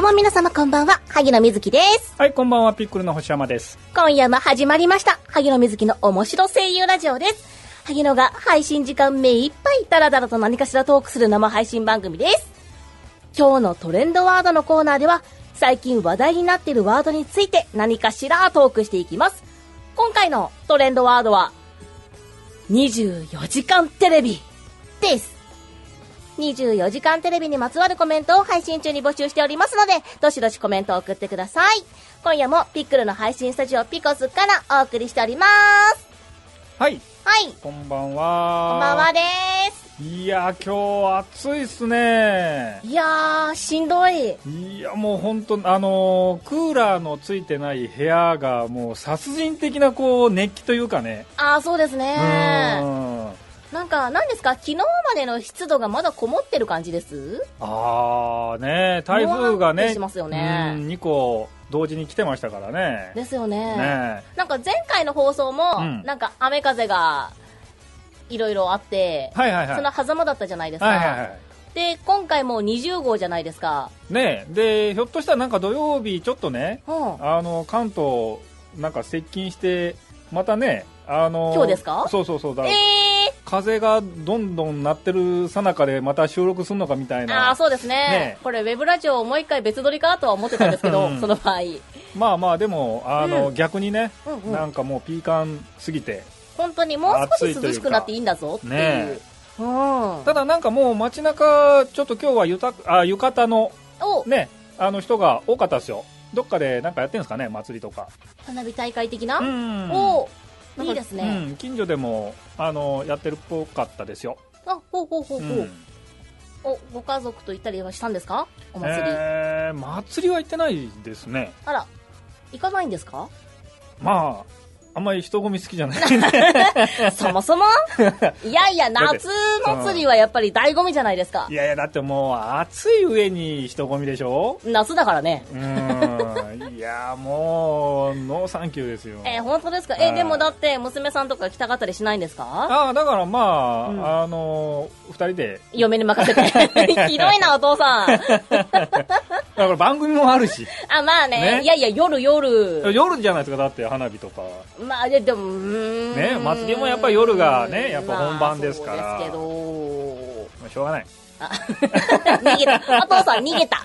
も皆様こんばんは、萩野瑞希です。 はい、こんばんは、ピックルの星山です。 今夜も始まりました、萩野瑞希の面白声優ラジオです。萩野が配信時間目いっぱいダラダラと何かしらトークする生配信番組です。今日のトレンドワードのコーナーでは、最近話題になっているワードについて何かしらトークしていきます。今回のトレンドワードは、24時間テレビです。24時間テレビにまつわるコメントを配信中に募集しておりますので、どしどしコメントを送ってください。今夜もピックルの配信スタジオピコスからお送りしております。 はい。 はい。 こんばんは。 こんばんはです。 いや、今日暑いっすね。 いやー、しんどい。 いや、もうほんと、クーラーのついてない部屋がもう殺人的なこう熱気というかね。 あー、そうですね。なんか、何ですか、昨日までの湿度がまだこもってる感じです？ あーね、台風がね、 しますよね。 2個同時に来てましたからね。 ですよね。なんか前回の放送も、なんか雨風がいろいろあって、その狭間だったじゃないですか。で、今回も20号じゃないですか。 ねで、ひょっとしたらなんか土曜日ちょっとね、関東なんか接近して、またね、 今日ですか？ そうだ。風がどんどん鳴ってるさなかでまた収録するのかみたいな。 そうですね。これウェブラジオもう一回別撮りかとは思ってたんですけど、その場合。 まあでも逆にね、なんかもうピーカンすぎて。 本当にもう少し涼しくなっていいんだぞっていう。 ただなんかもう街中ちょっと今日は浴衣のね人が多かったですよ。どっかでなんかやってるんですかね、祭りとか。 花火大会的な？いいですね。 近所でもやってるっぽかったですよ。 ほう。ご家族と行ったりはしたんですか？お祭り。 祭りは行ってないですね。 あら、行かないんですか？ まああんまり人混み好きじゃないそもそもいや夏祭りはやっぱり醍醐味じゃないですか。 いやだってもう暑い上に人混みでしょ。 夏だからね。 いやもうノーサンキューですよ。 本当ですか？でもだって娘さんとか来たかったりしないんですか？ だからまあ、2人で嫁に任せてひどいなお父さんだから番組もあるし。 まあね。いや夜じゃないですか。だって花火とか。 まあでもね、祭りもやっぱり夜がね、やっぱ本番ですから。 そうですけど、 しょうがない。 逃げた。お父さん逃げた。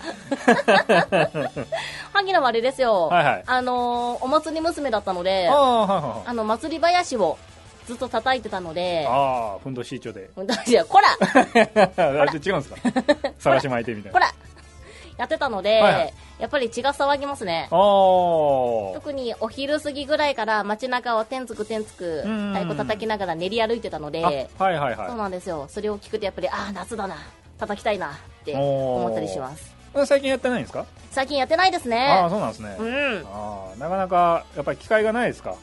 萩野はあれですよ。お祭り娘だったので、祭り林をずっと叩いてたので。 ふんどし一丁で。 こらあれ違うんですか？探し巻いてみたいな。 こらやってたので、やっぱり血が騒ぎますね。特にお昼過ぎぐらいから街中をてんつく太鼓叩きながら練り歩いてたので、そうなんですよ。それを聞くとやっぱり夏だな、叩きたいなって思ったりします。 最近やってないんですか？ 最近やってないですね。 そうなんですね。なかなかやっぱり機会がないですか？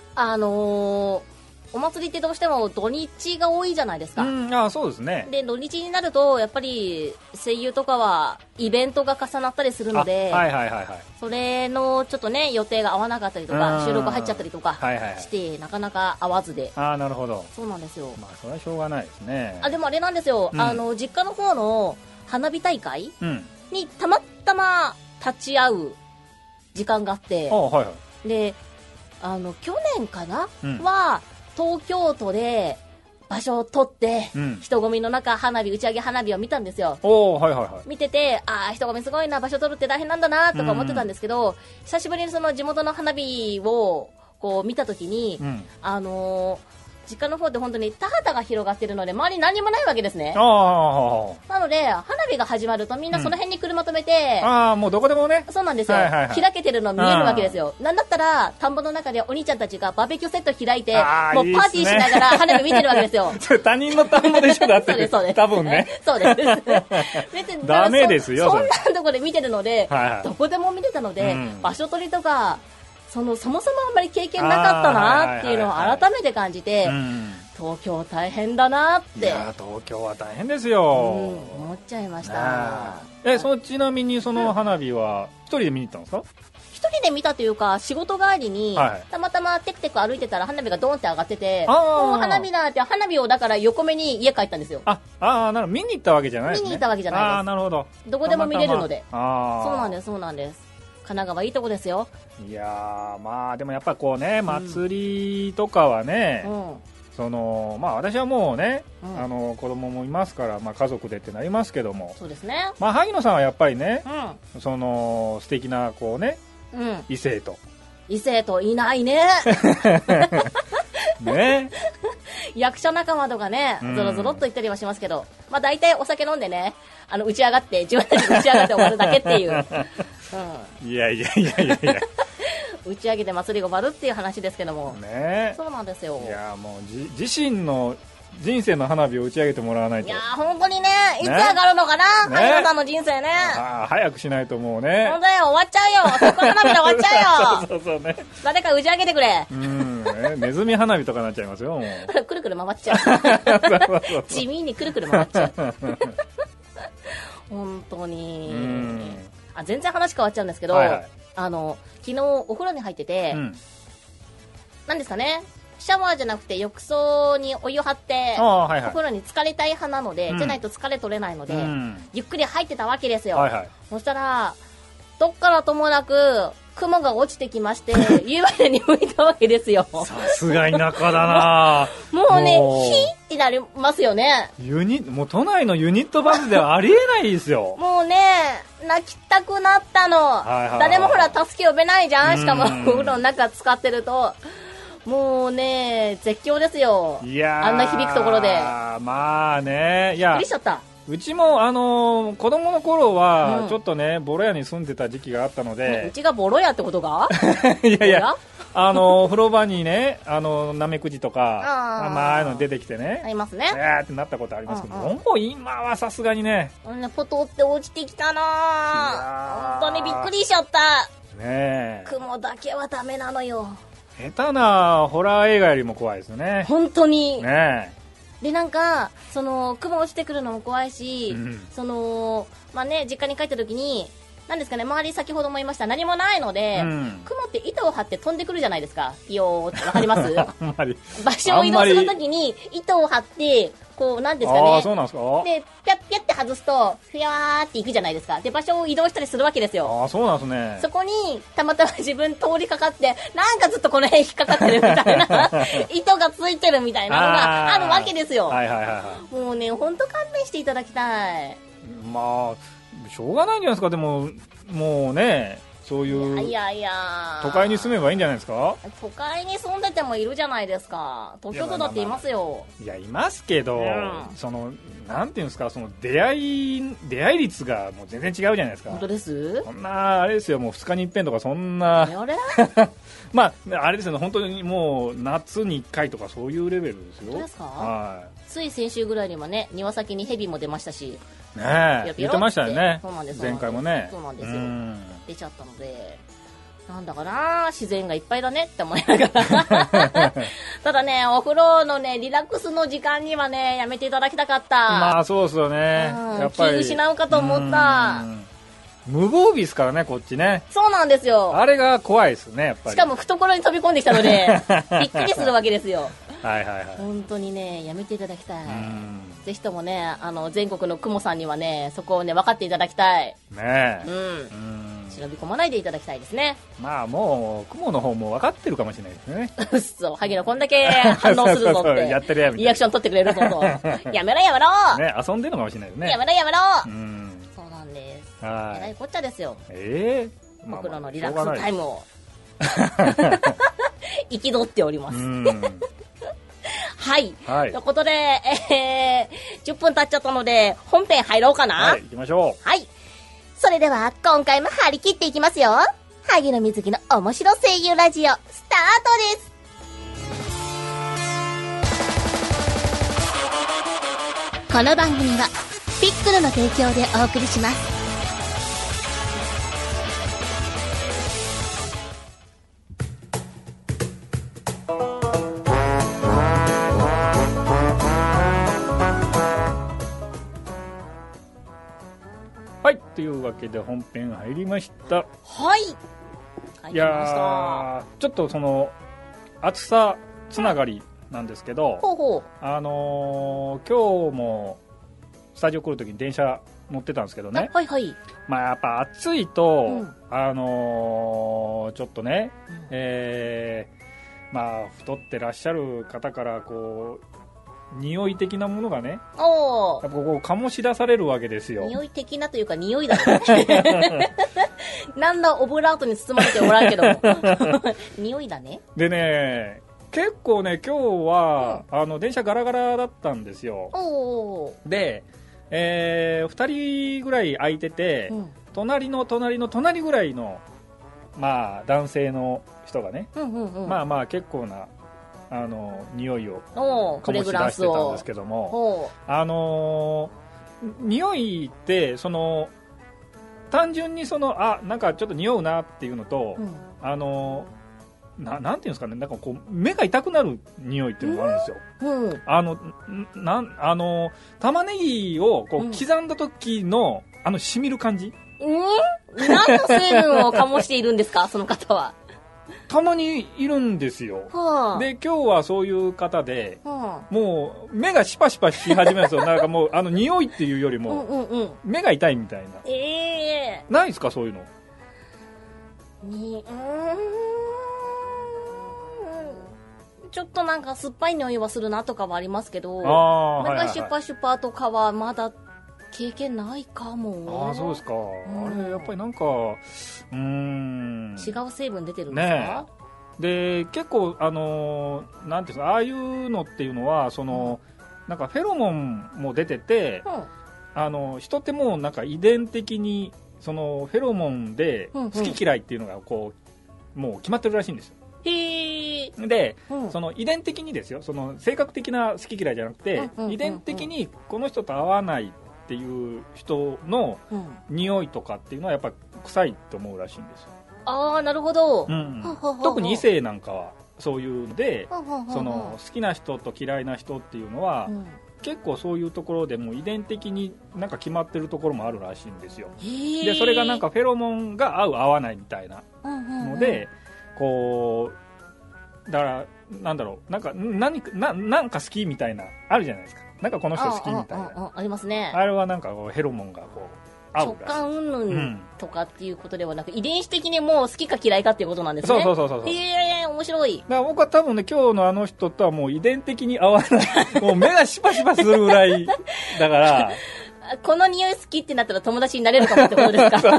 お祭りってどうしても土日が多いじゃないですか。 そうですね。 で土日になるとやっぱり声優とかはイベントが重なったりするので、それのちょっとね予定が合わなかったりとか、収録入っちゃったりとかしてなかなか合わずで。 なるほど。 そうなんですよ。 それはしょうがないですね。 でもあれなんですよ。実家の方の花火大会にたまたま立ち会う時間があって、で去年かなは東京都で場所を取って、人混みの中打ち上げ花火を見たんですよ。見てて、人混みすごいな、場所取るって大変なんだなとか思ってたんですけど、久しぶりにその地元の花火をこう見た時に、実家の方で本当に田畑が広がってるので周り何もないわけですね。なので花火が始まるとみんなその辺に車止めて、 もうどこでもね。 そうなんですよ、開けてるの見えるわけですよ。なんだったら田んぼの中でお兄ちゃんたちがバーベキューセット開いて、もうパーティーしながら花火見てるわけですよ。 他人の田んぼでしょだって。 そうです多分ね。 そうです別にダメですよ。 そんなとこで見てるので、どこでも見てたので、場所取りとかそもそもあんまり経験なかったなっていうのを改めて感じて、東京大変だなって。 東京は大変ですよ、 思っちゃいました。 ちなみにその花火は一人で見に行ったんですか？ 一一人で見たというか、仕事帰りに、たまたまテクテク歩いてたら花火がドーンって上がってて、もう花火だって、花火をだから横目に家帰ったんですよ。 なるほど。見に行ったわけじゃないですね。 見に行ったわけじゃないです。 なるほど。 どこでも見れるので。そうなんです、そうなんです。神奈川いいとこですよ。 いやー、まあでもやっぱこうね、祭りとかはね、まあ私はもうね、子供もいますから、まあ家族でってなりますけども。 そうですね。 まあ萩野さんはやっぱりね、素敵なこうね、異性といないね。ね。 役者仲間とかね、ゾロゾロっと言ったりはしますけど、まあ大体お酒飲んでね、打ち上がって、自分たちで打ち上がって終わるだけっていう。 いや。 打ち上げで祭りが終わるっていう話ですけども。 ね。 そうなんですよ。 いや、もう自身の人生の花火を打ち上げてもらわないと。 いやー、本当にね、いつ上がるのかな、萩野さんの人生ね。 早くしないともうね。 本当よ、終わっちゃうよ。そこ花火で終わっちゃうよ。 そうね。 誰か打ち上げてくれ。 ネズミ花火とかなっちゃいますよ、もう。 くるくる回っちゃう。地味にくるくる回っちゃう。本当に。全然話変わっちゃうんですけど、昨日お風呂に入ってて、何ですかね、シャワーじゃなくて浴槽にお湯張って、お風呂に浸かりたい派なので、じゃないと疲れ取れないので、ゆっくり入ってたわけですよ。そしたら、どっからともなく、雲が落ちてきまして、湯船に向いたわけですよ。 さすが田舎だなもうね、ヒーってなりますよね。 もう都内のユニットバスではありえないですよ。 もうね、泣きたくなったの。誰もほら、助け呼べないじゃん。しかも、お風呂の中使ってると。もうね、絶叫ですよ。 いやあんな響くところで。 まあね、いや。 びっくりしちゃった。 うちも、子供の頃は、ちょっとね、ボロ屋に住んでた時期があったので。 うちがボロ屋ってことがいや、風呂場にね、なめくじとか、ああいうの出てきてね。 ありますね。 ってなったことありますけど、もう今はさすがにね。 ポトって落ちてきたな本当にびっくりしちゃった。 ねえ。 雲だけはダメなのよ。 下手なホラー映画よりも怖いですよね。 本当に。 ねで、なんか、雲落ちてくるのも怖いし、まあね、実家に帰った時に、なんですかね、周り先ほども言いました何もないので、雲って糸を張って飛んでくるじゃないですか。ピヨーってわかります場所を移動するときに糸を張って、こう、なんですかね。 そうなんですか。 で、ピャッピャッって外すと、ふやーって行くじゃないですか。で、場所を移動したりするわけですよ。 そうなんですね。 そこに、たまたま自分通りかかって、なんかずっとこの辺引っかかってるみたいな、糸がついてるみたいなのがあるわけですよ。もうね、ほんと勘弁していただきたい。 まあ、しょうがないんじゃないですか。でも、もうね、そういう都会に住めばいいんじゃないですか。 都会に住んでてもいるじゃないですか。東京都だっていますよ。 いや、いますけど、なんていうんですか、出会い率がもう全然違うじゃないですか。 本当です。 そんなあれですよ、もう2日に一遍とかそんな。まああれですよね、本当にもう夏に1回とかそういうレベルですよ。 本当ですか。つい先週ぐらいにはね、庭先にヘビも出ましたし。 ね、言ってましたよね。 そうなんです。 前回もね。 そうなんですよ。出ちゃったので、なんだかな、自然がいっぱいだねって思いながらただね、お風呂のねリラックスの時間にはねやめていただきたかった。 まあそうですよね。 やっぱり気失うかと思った。 無防備ですからね、こっちね。 そうなんですよ。 あれが怖いですね、やっぱり。 しかも懐に飛び込んできたのでびっくりするわけですよ。 はいはいはい。 本当にね、やめていただきたい。ぜひともね、全国の雲さんにはね、そこをね、分かっていただきたい。 ねえ。 忍び込まないでいただきたいですね。 まあもう、雲の方も分かってるかもしれないですね。 うっそ、萩野こんだけ反応するぞって。 やってるやみたいな。 リアクション取ってくれるぞと。やめろやめろ。 ね、遊んでるのかもしれないですね。 やめろやめろ。そうなんです。 はい。 えらいこっちゃですよ。 お風呂のリラックスタイムを。憤っております。はい。ということで、10分経っちゃったので、本編入ろうかな。 はい、行きましょう。はい。それでは、今回も張り切っていきますよ。萩野瑞希の面白声優ラジオ、スタートです。この番組は、ピックルの提供でお送りします。 はい、というわけで本編入りました。 はい。 いやちょっとその暑さつながりなんですけど、 ほうほう、 今日もスタジオ来るときに電車乗ってたんですけどね、 はいはい、 まあやっぱ暑いと、ちょっとね、まあ太ってらっしゃる方からこう匂い的なものがね、やっぱこう醸し出されるわけですよ。 匂い的なというか匂いだね。なんだオブラートに包まれておらんけども。匂いだね。 でね、結構ね今日は、電車ガラガラだったんですよ。で、2人ぐらい空いてて、隣の隣の隣ぐらいのまあ男性の人がね、まあまあ結構な匂いを醸し出してたんですけども、匂いってその単純にそのなんかちょっと匂うなっていうのと、なんていうんですかね、なんかこう目が痛くなる匂いっていうのがあるんですよ。玉ねぎをこう刻んだ時の染みる感じ。 何の成分を醸しているんですか、その方は。 たまにいるんですよ。で今日はそういう方で、もう目がシパシパし始めるんですよ。なんかもう匂いっていうよりも、目が痛いみたいな。ないですかそういうの。 ちょっとなんか酸っぱい匂いはするなとかはありますけど、目がシュパシュパとかはまだ経験ないかも。 そうですか。あれやっぱりなんか違う成分出てるんですか？ね、 で結構なんていうの、ああいうのっていうのはその、なんかフェロモンも出てて、人ってもうなんか遺伝的にそのフェロモンで好き嫌いっていうのがこうもう決まってるらしいんですよ。で、その遺伝的にですよ、その性格的な好き嫌いじゃなくて、遺伝的にこの人と合わないっていう人の匂いとかっていうのはやっぱ臭いと思うらしいんですよ。 なるほど。 特に異性なんかはそういうので、その好きな人と嫌いな人っていうのは、結構そういうところでも遺伝的になんか決まってるところもあるらしいんですよ。でそれがなんかフェロモンが合う合わないみたいなので、こうだからなんだろう、なんか好きみたいなあるじゃないですか。なんかこの人好きみたいなありますね。 あれはなんかこうヘロモンがこう合うらしい。 直感云々とかっていうことではなく、遺伝子的にもう好きか嫌いかっていうことなんですね。 そう面白い。 だから僕は多分ね、今日のあの人とはもう遺伝的に合わないもう目がシパシパするぐらいだからこの匂い好きってなったら友達になれるかもってことですか？そう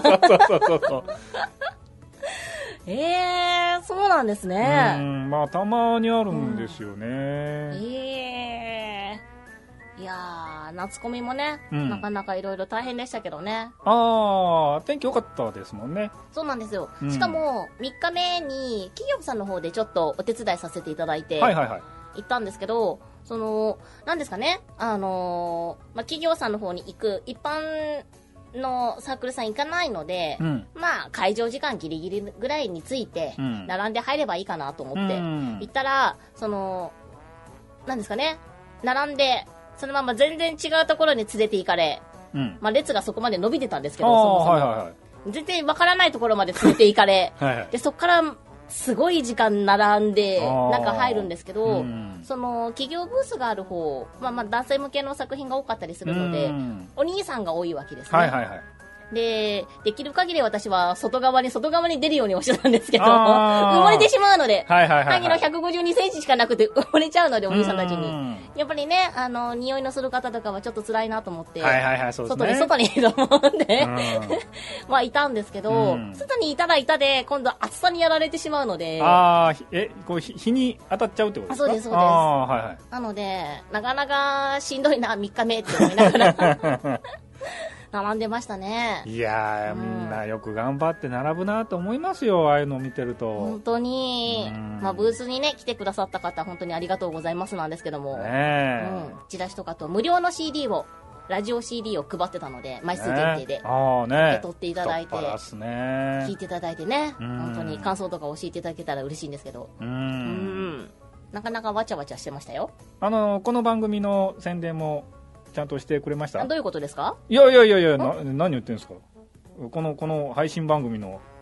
そうなんですね。 まあたまにあるんですよね。 いやー、夏コミもね、なかなかいろいろ大変でしたけどね。 天気良かったですもんね。 そうなんですよ。しかも3日目に企業さんの方でちょっとお手伝いさせていただいて行ったんですけど、そのなんですかね、企業さんの方に行く一般のサークルさん行かないので、まあ会場時間ギリギリぐらいについて並んで入ればいいかなと思って行ったら、そのなんですかね、並んでそのまま全然違うところに連れて行かれ、列がそこまで伸びてたんですけど、そもそも全然わからないところまで連れて行かれでそこからすごい時間並んで中入るんですけど、その企業ブースがある方、男性向けの作品が多かったりするので、お兄さんが多いわけですね。できる限り私は外側に出るように押してたんですけど、埋もれてしまうので、萩の152センチしかなくて埋もれちゃうので、お兄さんたちにやっぱりね、匂いのする方とかはちょっと辛いなと思って、外にいると思うんでまあいたんですけど、外にいたらいたで今度暑さにやられてしまうので、 こう日に当たっちゃうってことですか？ そうですなのでなかなかしんどいな3日目って思いながら並んでましたね。 いやー、みんなよく頑張って並ぶなと思いますよ、ああいうのを見てると。 本当に、ブースにね来てくださった方本当にありがとうございますなんですけども、チラシとかと無料の CD を、ラジオ CD を配ってたので、枚数限定で受け取っていただいて、聞いていただいてね、本当に感想とか教えていただけたら嬉しいんですけど、なかなかわちゃわちゃしてましたよ。 この番組の宣伝もちゃんとしてくれました？ どういうことですか？ いや何言ってるんですか？この配信番組の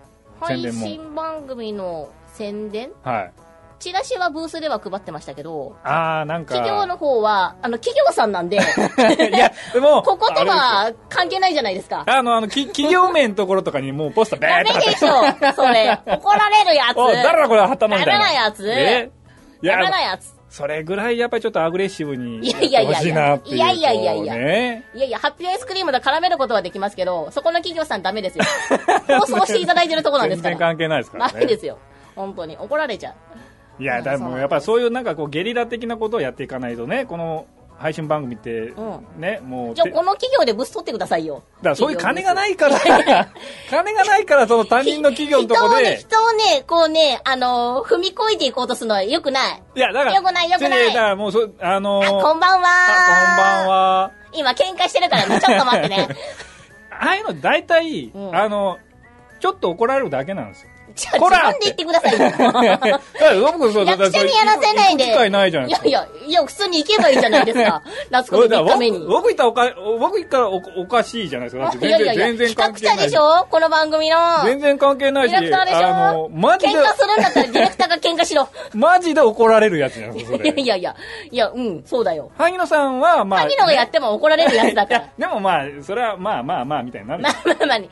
宣伝も。 配信番組の宣伝、 はい。 チラシはブースでは配ってましたけど、 なんか。 企業の方は、企業さんなんで、いや、でも、 こことは関係ないじゃないですか。 企業名のところとかにもうポスターベーってダメでしょ、それ。怒られるやつ。 誰だこれ貼ったのみたいな。 ダメなやつ。ダメなやつ。 それぐらいやっぱりちょっとアグレッシブにやってほしいなっていう。 いや、ハッピーアイスクリームと絡めることはできますけど、そこの企業さんダメですよ。放送していただいてるとこなんですから。 全然関係ないですからね。 ダメですよ。本当に。怒られちゃう。 いや、だもうやっぱりそういうなんかこうゲリラ的なことをやっていかないとね、この配信番組ってね、もう。 じゃあこの企業でブス取ってくださいよ。 だからそういう金がないから、金がないからその他人の企業のとこで。 人をね、こうね、踏み越えていこうとするのは良くない。 いや、だから。 良くない。だからもうこんばんは。 こんばんは。今喧嘩してるからね、ちょっと待ってね。 ああいうの大体、ちょっと怒られるだけなんですよ。 自分で言ってくださいよ。役者にやらせないで。 機会ないじゃないですか。 いや、普通に行けばいいじゃないですか。夏子の3日目に。 僕行ったらおかしいじゃないですか。だって全然関係ない。 企画者でしょこの番組の。 全然関係ないし。 ディレクターでしょマジで。 喧嘩するんだったらディレクターが喧嘩しろ。 マジで怒られるやつじゃないですか、それ。 いや、そうだよ。 萩野さんは、まあ。 萩野がやっても怒られるやつだから。 でもまあ、それはまあ、みたいになる。 まあ、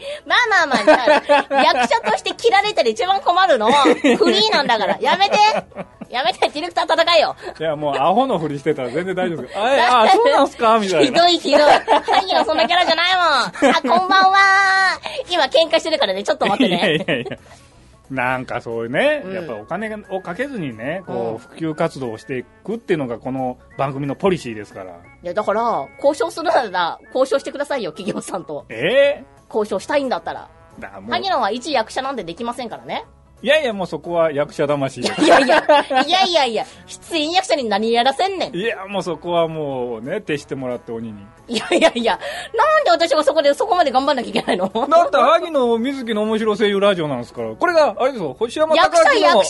役者として切られたら一番困るの。フリーなんだから。やめて、ディレクター戦えよ。 いや、もうアホのふりしてたら全然大丈夫です。そうなんすかみたいな。ひどい。萩野そんなキャラじゃないもん。こんばんは。今喧嘩してるからね、ちょっと待ってね。 いや。なんかそういうね、やっぱお金をかけずにね、こう、普及活動をしていくっていうのがこの番組のポリシーですから。いや、だから、交渉するなら、交渉してくださいよ、企業さんと。交渉したいんだったら。萩野は一役者なんでできませんからね。 いや、もうそこは役者魂で。 いや、出演役者に何やらせんねん。 いや、もうそこはもうね、徹してもらって鬼に。 いや、なんで私がそこまで頑張んなきゃいけないの？ だって、萩野瑞希の面白声優ラジオなんですから。これが、あれですよ、星山役者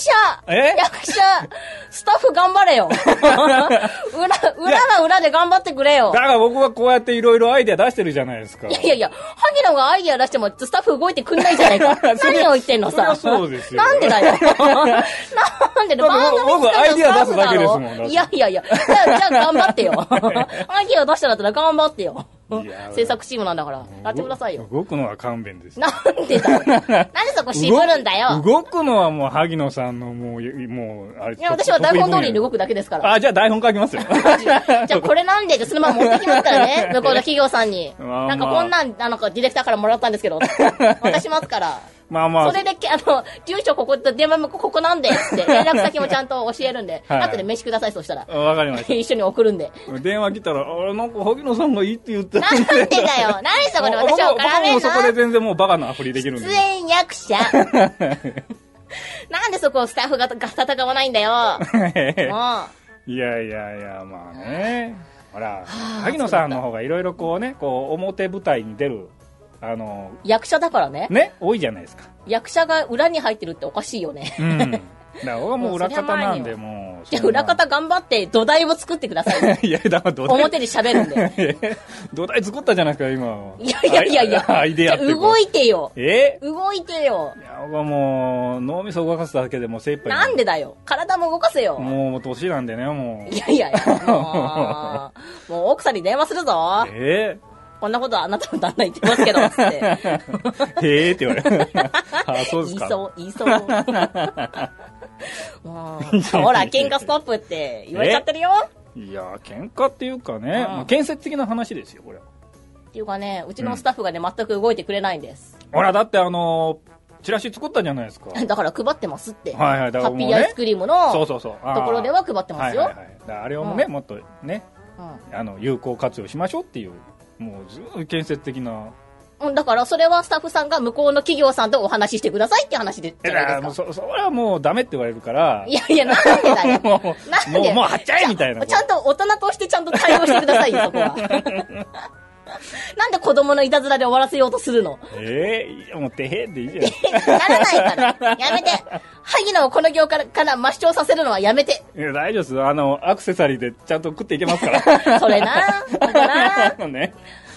スタッフ頑張れよ。裏で頑張ってくれよ。 だから僕はこうやっていろいろアイデア出してるじゃないですか。 いや、萩野がアイデア出してもスタッフ動いてくんないじゃないか。何を言ってんのさ。 そうですよ。 なんでだよ。なんでだよ。 僕アイデア出すだけですもん。 いや。じゃあ頑張ってよ。アイデア出したんだったら頑張ってよ。制作チームなんだから。やってくださいよ。 動くのは勘弁です。 なんでだよ。なんでそこ渋るんだよ。 動くのはもう萩野さんのもう、あれ。 いや、私は台本通りに動くだけですから。 じゃあ台本書きますよ。 じゃあこれなんでそのまま持ってきますからね。向こうの企業さんに。なんかこんなん、ディレクターからもらったんですけど。渡しますから。それで、住所ここ、電話もここなんで、って、連絡先もちゃんと教えるんで、後で飯ください、そしたら。 わかりました。 一緒に送るんで。 電話来たら、なんか、萩野さんがいいって言ってなんでだよ。何そこで私を絡めんの？ 僕もそこで全然もうバカなアプリできるんで。 出演役者。なんでそこをスタッフが戦わないんだよ。もう。いや、まあね。ほら、萩野さんの方がいろいろこうね、表舞台に出る。 役者だからね。 多いじゃないですか。 役者が裏に入ってるっておかしいよね。 だから俺はもう裏方なんで、もう。 じゃあ裏方頑張って土台を作ってください。 いや、だから土台。 表で喋るんで。 土台作ったじゃないですか、今。 いや。 アイデアって。 動いてよ。 動いてよ。 いや、僕はもう、脳みそ動かすだけでもう精一杯。 なんでだよ。体も動かせよ。 もう年なんでね、もう。 いや。もう奥さんに電話するぞ。こんなことはあなたの旦那言ってますけど、つって。 って言われる。そうですか。 言いそう。ほら、喧嘩ストップって言われちゃってるよ。 いや、喧嘩っていうかね、建設的な話ですよ、これ。 っていうかね、うちのスタッフがね、全く動いてくれないんです。 ほら、だってチラシ作ったじゃないですか。 だから配ってますって。 ハッピーアイスクリームのところでは配ってますよ。 あれをね、もっとね、有効活用しましょうっていう。もうずっと建設的な。 だからそれはスタッフさんが向こうの企業さんとお話ししてくださいって話でじゃないですか。 それはもうダメって言われるから。 いや、なんでだよ。 もう貼っちゃえみたいな。 ちゃんと大人としてちゃんと対応してくださいよ、そこは。なんで子供のいたずらで終わらせようとするの？ もうてへっていいじゃない。 ならないから。やめて。萩野をこの業から抹消させるのはやめて。 いや、大丈夫です。アクセサリーでちゃんと食っていけますから。 それな。 ね。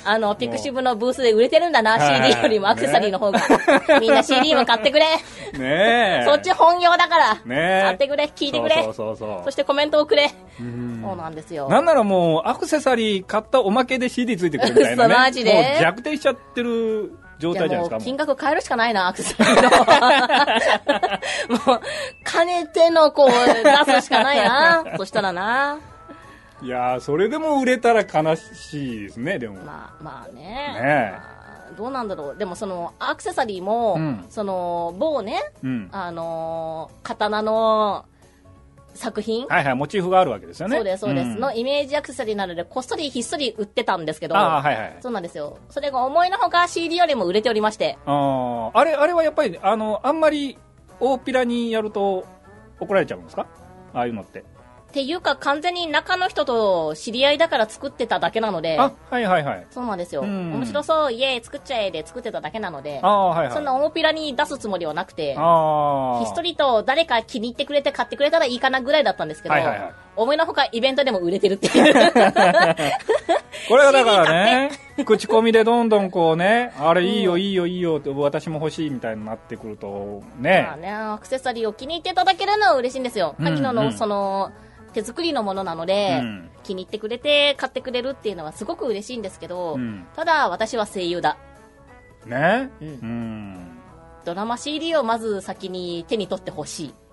ピクシブのブースで売れてるんだな、CD よりもアクセサリーの方が。みんな CD も買ってくれ。 ねえ。 そっち本業だから。 ねえ。 買ってくれ、聞いてくれ。 そしてコメントをくれ。そうなんですよ。 なんならもう、アクセサリー買ったおまけで CD ついてくるみたいなね。 マジで。 もう逆転しちゃってる状態じゃないですか。 金額変えるしかないな、アクセサリーの。もう、兼ねてのこう、出すしかないな。そしたらな。 いやー、それでも売れたら悲しいですね、でも。 まあね。 ねえ。どうなんだろう。でもその、アクセサリーも、その、某ね、刀の作品はいはい、モチーフがあるわけですよね。 そうです、そうです。のイメージアクセサリーなので、こっそりひっそり売ってたんですけど、そうなんですよ。それが思いのほか CD よりも売れておりまして。 あれはやっぱり、あんまり大っぴらにやると怒られちゃうんですか？ああいうのって。 っていうか完全に中の人と知り合いだから作ってただけなので。 はいはいはい。 そうなんですよ。面白そう、イエーイ作っちゃえで作ってただけなので、 はいはい、 そんな大っぴらに出すつもりはなくて、ひっそりと誰か気に入ってくれて買ってくれたらいいかなぐらいだったんですけど、思いのほかイベントでも売れてるっていう。 これはだからね、口コミでどんどんこうね、あれいいよいいよいいよって私も欲しいみたいになってくるとね。 まあね、アクセサリーを気に入っていただけるのは嬉しいんですよ。秋野のその、手作りのものなので、気に入ってくれて買ってくれるっていうのはすごく嬉しいんですけど、ただ私は声優だ。 ね。 ドラマ CD をまず先に手に取ってほしい。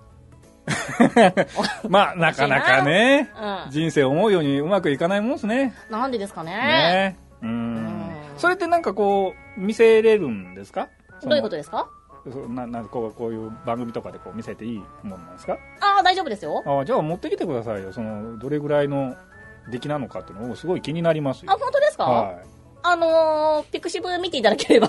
まあなかなかね、人生思うようにうまくいかないもんですね。 なんでですかね。 それってなんかこう見せれるんですか？ どういうことですか？ こういう番組とかでこう見せていいものなんですか？ 大丈夫ですよ。 じゃあ持ってきてくださいよ。そのどれぐらいの出来なのかっていうのをすごい気になりますよ。 本当ですか？はい。ピクシブ見ていただければ。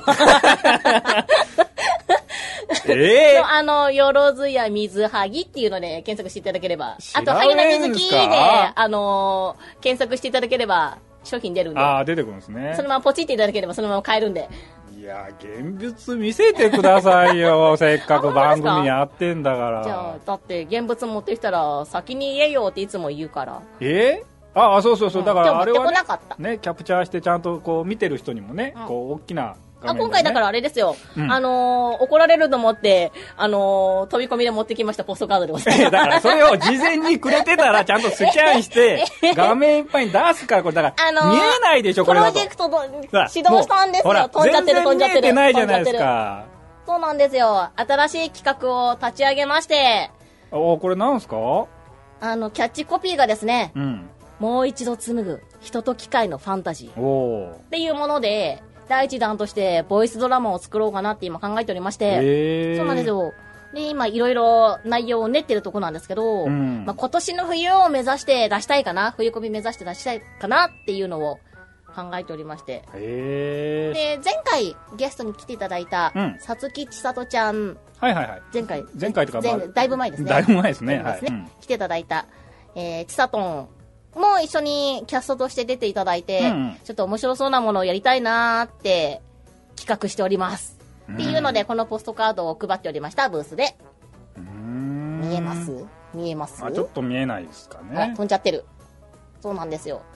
よろずや水はぎっていうので検索していただければ。あと、はゆなみずきで、検索していただければ商品出るんで。 出てくるんですね。 そのままポチっていただければそのまま買えるんで。 いや、現物見せてくださいよ。せっかく番組やってんだから。 じゃあ、だって現物持ってきたら先に言えよっていつも言うから。 そう。だからあれはね、 キャプチャーしてちゃんとこう見てる人にもね、こう大きな画面でね。 今回だからあれですよ。怒られると思って、飛び込みで持ってきましたポストカードでございます。 だからそれを事前にくれてたらちゃんとスキャンして、画面いっぱいに出すから、これだから見えないでしょ、これだと。 プロジェクトの指導したんですよ。飛んじゃってる。 全然見えてないじゃないですか。 そうなんですよ。新しい企画を立ち上げまして。 これなんすか？ キャッチコピーがですね、もう一度紡ぐ人と機械のファンタジーっていうもので、第一弾としてボイスドラマを作ろうかなって今考えておりまして、そうなんですよ。で、今いろいろ内容を練ってるとこなんですけど、今年の冬を目指して出したいかな、冬コミ目指して出したいかなっていうのを考えておりまして。で、前回ゲストに来ていただいた、さつきちさとちゃん。前回とかだいぶ前ですね。 だいぶ前ですね。 来ていただいた、ちさとんも一緒にキャストとして出ていただいて、ちょっと面白そうなものをやりたいなーって企画しております。っていうので、このポストカードを配っておりました、ブースで。見えます？ ちょっと見えないですかね。 飛んじゃってる。そうなんですよ。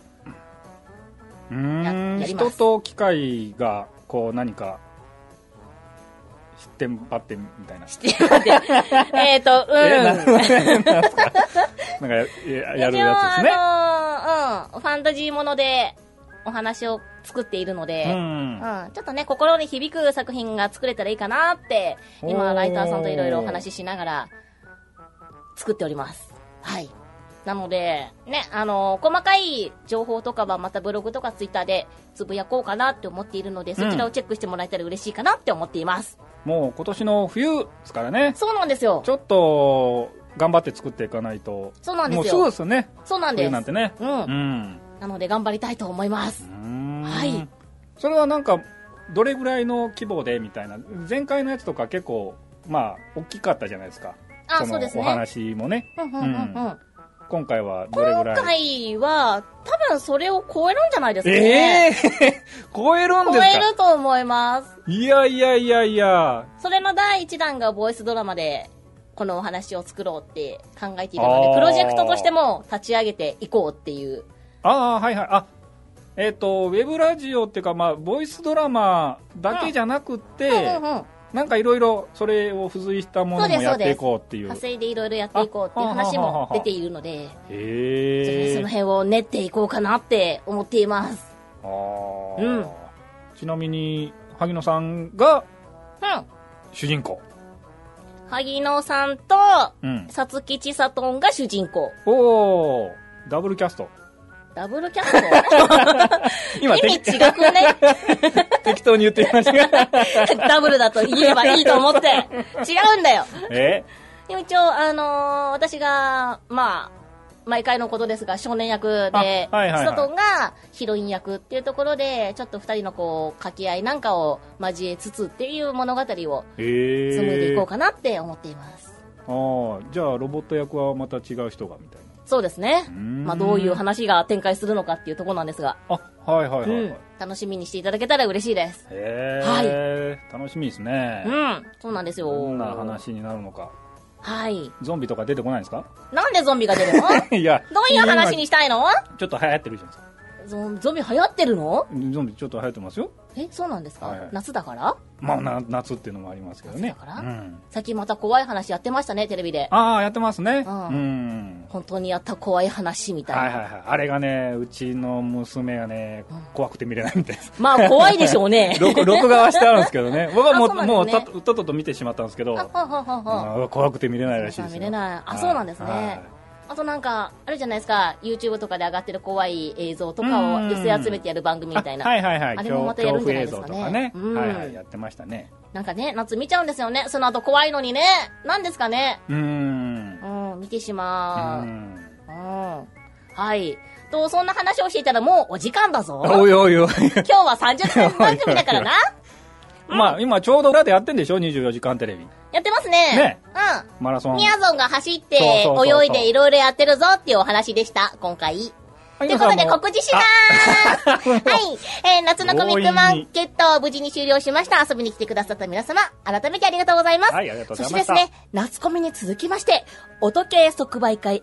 人と機械が、こう何か、失点バッテンみたいな。 失点バッテン。 なんかやるやつですね。 ファンタジーものでお話を作っているので、ちょっとね、心に響く作品が作れたらいいかなって、今、ライターさんといろいろお話ししながら作っております。はい。なので、ね、細かい情報とかはまたブログとかツイッターでつぶやこうかなって思っているので、そちらをチェックしてもらえたら嬉しいかなって思っています。 もう今年の冬ですからね。 そうなんですよ。 ちょっと頑張って作っていかないと。 そうなんですよ。 もうそうですよね。 そうなんです。 冬なんてね。 なので頑張りたいと思います。はい。 それはなんかどれぐらいの規模でみたいな。前回のやつとか結構大きかったじゃないですか。 そうですね。 お話もね。今回はどれぐらい？ 今回は多分それを超えるんじゃないですかね。 超えるんですか？ 超えると思います。 いや。 それの第一弾がボイスドラマでこのお話を作ろうって考えているので、プロジェクトとしても立ち上げていこうっていう。 ェブラジオっていうか、まあ、ボイスドラマだけじゃなくて、なんかいろいろそれを付随したものもやっていこうっていう。 派生でいろいろやっていこうっていう話も出ているので、その辺を練っていこうかなって思っています。 ちなみに、萩野さんが、主人公。 萩野さんと、さつきちさとんが主人公。 おー、ダブルキャスト。 ダブルキャスト今意味違くね適当に言ってみましたダブルだと言えばいいと思って。違うんだよ。一応、私が、まあ、毎回のことですが、少年役で、ストトンがヒロイン役っていうところで、ちょっと二人のこう、掛け合いなんかを交えつつっていう物語を紡いでいこうかなって思っています。 じゃあ、ロボット役はまた違う人がみたいな。 そうですね。まあ、どういう話が展開するのかっていうところなんですが。楽しみにしていただけたら嬉しいです。 はい。楽しみですね。 そうなんですよ。 どんな話になるのか。 はい。 ゾンビとか出てこないんですか？ なんでゾンビが出るのいや。どういう話にしたいの？ ちょっと流行ってるじゃないですか。 ゾンビ流行ってるの？ ゾンビちょっと流行ってますよ。 そうなんですか？夏だから？ まあ、夏っていうのもありますけどね。 夏だから？最近また怖い話やってましたね、テレビで。 やってますね。 本当にやった怖い話みたいな。 あれがね、うちの娘がね、怖くて見れないみたいです。 まあ、怖いでしょうね。 録画はしてあるんですけどね。僕はもう、とっとと見てしまったんですけど、怖くて見れないらしいですよ。 見れない。そうなんですね。あとなんか、あれじゃないですか、YouTube とかで上がってる怖い映像とかを寄せ集めてやる番組みたいな。あれもまたやるんじゃないですかね。 やってましたね。 なんかね、夏見ちゃうんですよね。その後怖いのにね。なんですかね。見てしまう。はい。そんな話をしていたらもうお時間だぞ。 おいおいおい。 今日は30分番組だからな。 まあ、今ちょうど裏でやってんでしょ ?24 時間テレビ。 やってますね。 マラソン。 みやぞんが走って、泳いでいろいろやってるぞっていうお話でした、今回。ということで告知しまーす。はい。夏のコミックマーケットを無事に終了しました。遊びに来てくださった皆様、改めてありがとうございます。 はい、ありがとうございました。 そしてですね、夏コミに続きまして、音系即売会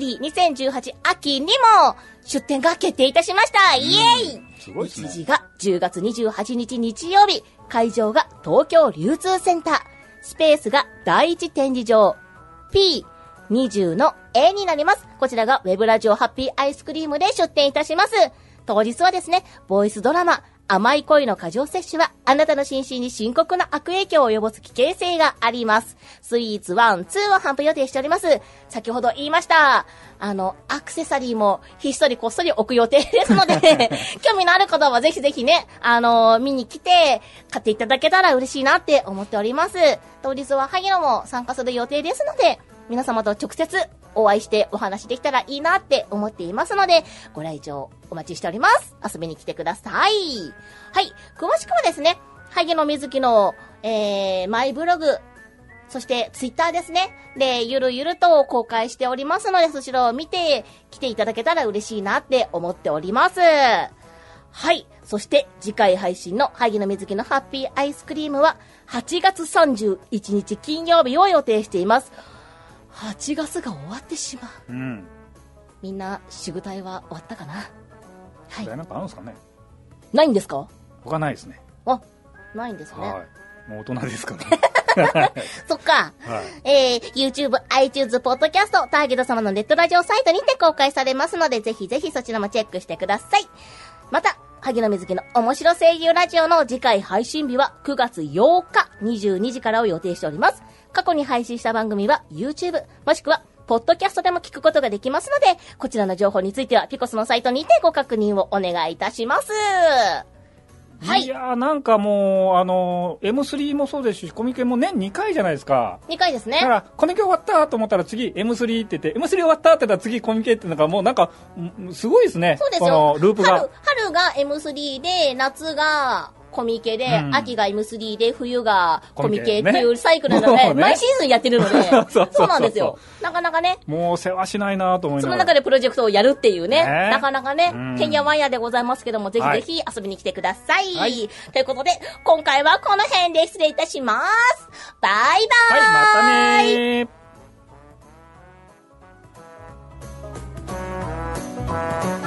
M32018 秋にも出展が決定いたしました。イエーイ！ すごいですね。 日時が10月28日日曜日、会場が東京流通センター、スペースが第一展示場 P20 の A になります。こちらがウェブラジオハッピーアイスクリームで出展いたします。当日はですね、ボイスドラマ甘い恋の過剰摂取はあなたの心身に深刻な悪影響を及ぼす危険性があります。スイーツ1、2を販売予定しております。先ほど言いました。アクセサリーもひっそりこっそり置く予定ですので、興味のある方はぜひぜひね、見に来て買っていただけたら嬉しいなって思っております。当日は萩野も参加する予定ですので、皆様と直接お会いしてお話できたらいいなって思っていますので、ご来場お待ちしております。遊びに来てください。はい。詳しくはですね、萩野瑞希の、マイブログ、そしてツイッターですね。で、ゆるゆると公開しておりますので、そちらを見て来ていただけたら嬉しいなって思っております。はい。そして次回配信の萩野瑞希のハッピーアイスクリームは8月31日金曜日を予定しています。8月が終わってしまう。みんな、宿題は終わったかな？はい。 宿題なんかあるんですかね？ ないんですか？ 他ないですね。 ないんですね。 はい。もう大人ですから。 そっか。YouTube、iTunes、Podcast、ターゲット様のネットラジオサイトにて公開されますので、ぜひぜひそちらもチェックしてください。また、萩野瑞希の面白声優ラジオの次回配信日は9月8日22時からを予定しております。過去に配信した番組は YouTube もしくはポッドキャストでも聞くことができますので、こちらの情報についてはピコスのサイトにてご確認をお願いいたします。はい。 いやーなんかもうM3 もそうですしコミケも年2回じゃないですか。 2回ですね。 だからコミケ終わったと思ったら次 M3 って言って M3 終わったって言ったら次コミケっていうのがもうなんかすごいですね。 そうですよ。 このループが春が M3 で夏がコミケで、秋が M3 で冬がコミケっていうサイクルなので、毎シーズンやってるので、そうなんですよ。なかなかね。 もう世話しないなと思いながら。 その中でプロジェクトをやるっていうね。なかなかね、てんやわんやでございますけども、ぜひぜひ遊びに来てください。はい、ということで、今回はこの辺で失礼いたします。バイバーイ。 はい、またねー。